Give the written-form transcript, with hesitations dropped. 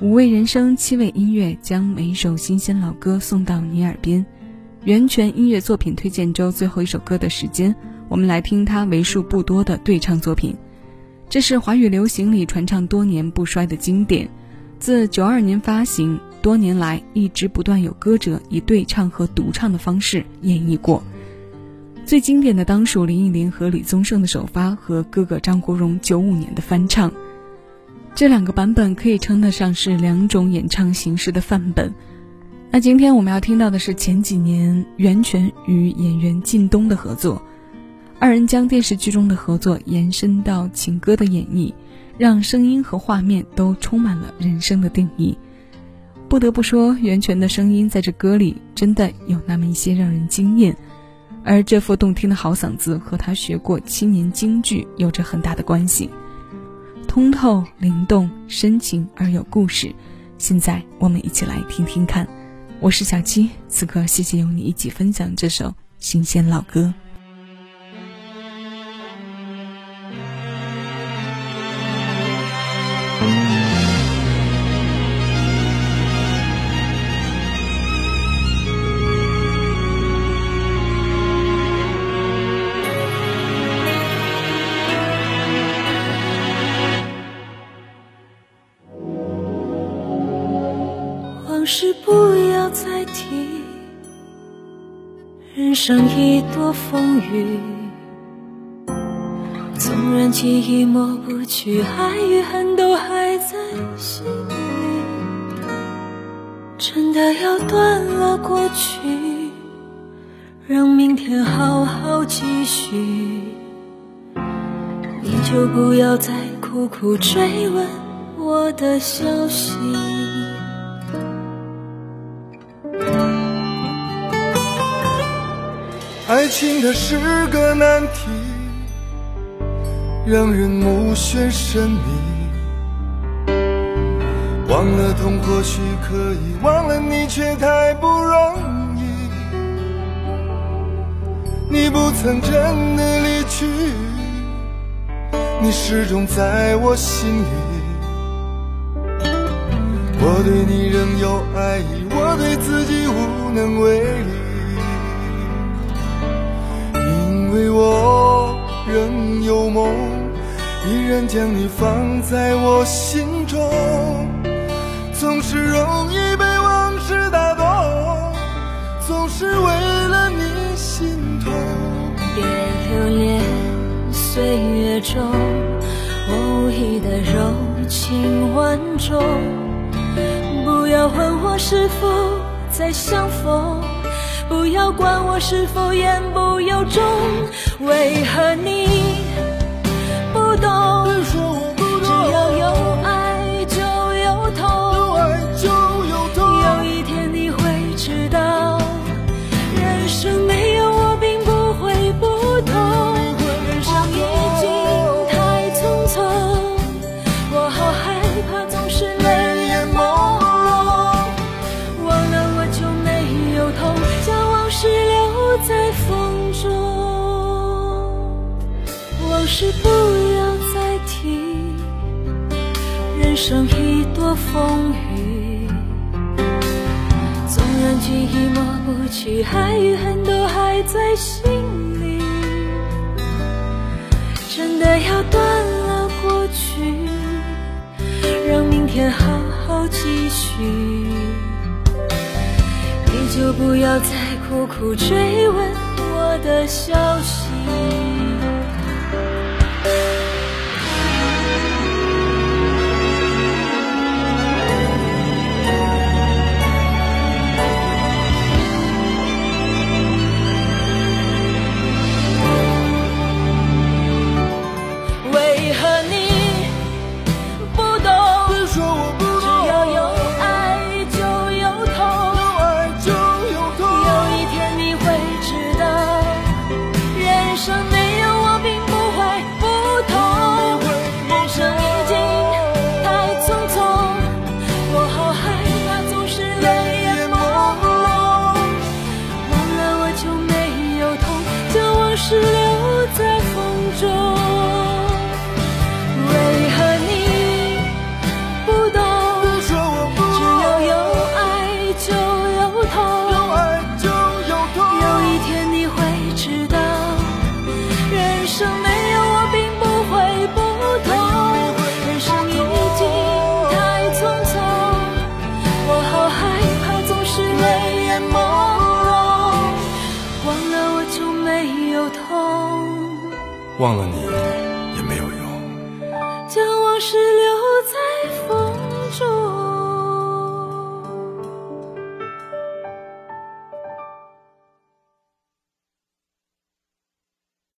5味人生7味音乐将每一首新鲜老歌送到你耳边。源泉音乐作品推荐周最后一首歌的时间，我们来听他为数不多的对唱作品。这是华语流行里传唱多年不衰的经典，自92年发行，多年来一直不断有歌者以对唱和独唱的方式演绎过。最经典的当属林忆莲和李宗盛的首发和哥哥张国荣95年的翻唱。这2个版本可以称得上是2种演唱形式的范本。那今天我们要听到的是前几年源泉与演员靳东的合作，二人将电视剧中的合作延伸到情歌的演绎，让声音和画面都充满了人生的定义。不得不说，源泉的声音在这歌里真的有那么一些让人惊艳，而这副动听的好嗓子和他学过7年京剧有着很大的关系。通透、灵动、深情而有故事，现在我们一起来听听看。我是小七，此刻谢谢有你一起分享这首新鲜老歌。 往事不要再提，人生已多风雨，纵然记忆抹不去，爱与恨都还在心里。真的要断了过去，让明天好好继续，你就不要再苦苦追问我的消息。 爱情它是个难题，让人目眩神迷。忘了痛或许可以，忘了你却太不容易。你不曾真的离去，你始终在我心里。我对你仍有爱意，我对自己无能为力。因为我仍有梦，依然将你放在我心中，总是容易被往事打动，总是为了你心痛。 别留恋岁月中我无意的柔情万种，不要问我是否再相逢，不要管我是否言不由衷。为何你不懂？只要有爱就有痛，有一天你会知道，人生没有我并不会不同。人生已经太匆匆，我好害怕总是泪眼朦胧，忘了我就没有痛，将往事留在风中。往事不要再提，人生已多风雨，纵然记忆抹不去，爱与恨都还在心里。真的要断了过去，让明天好好继续，你就不要再苦苦追问我的消息。生没有生没有我并不会不同，人生已经太匆匆，我好害怕总是泪眼朦胧，忘了我就没有痛， 忘了你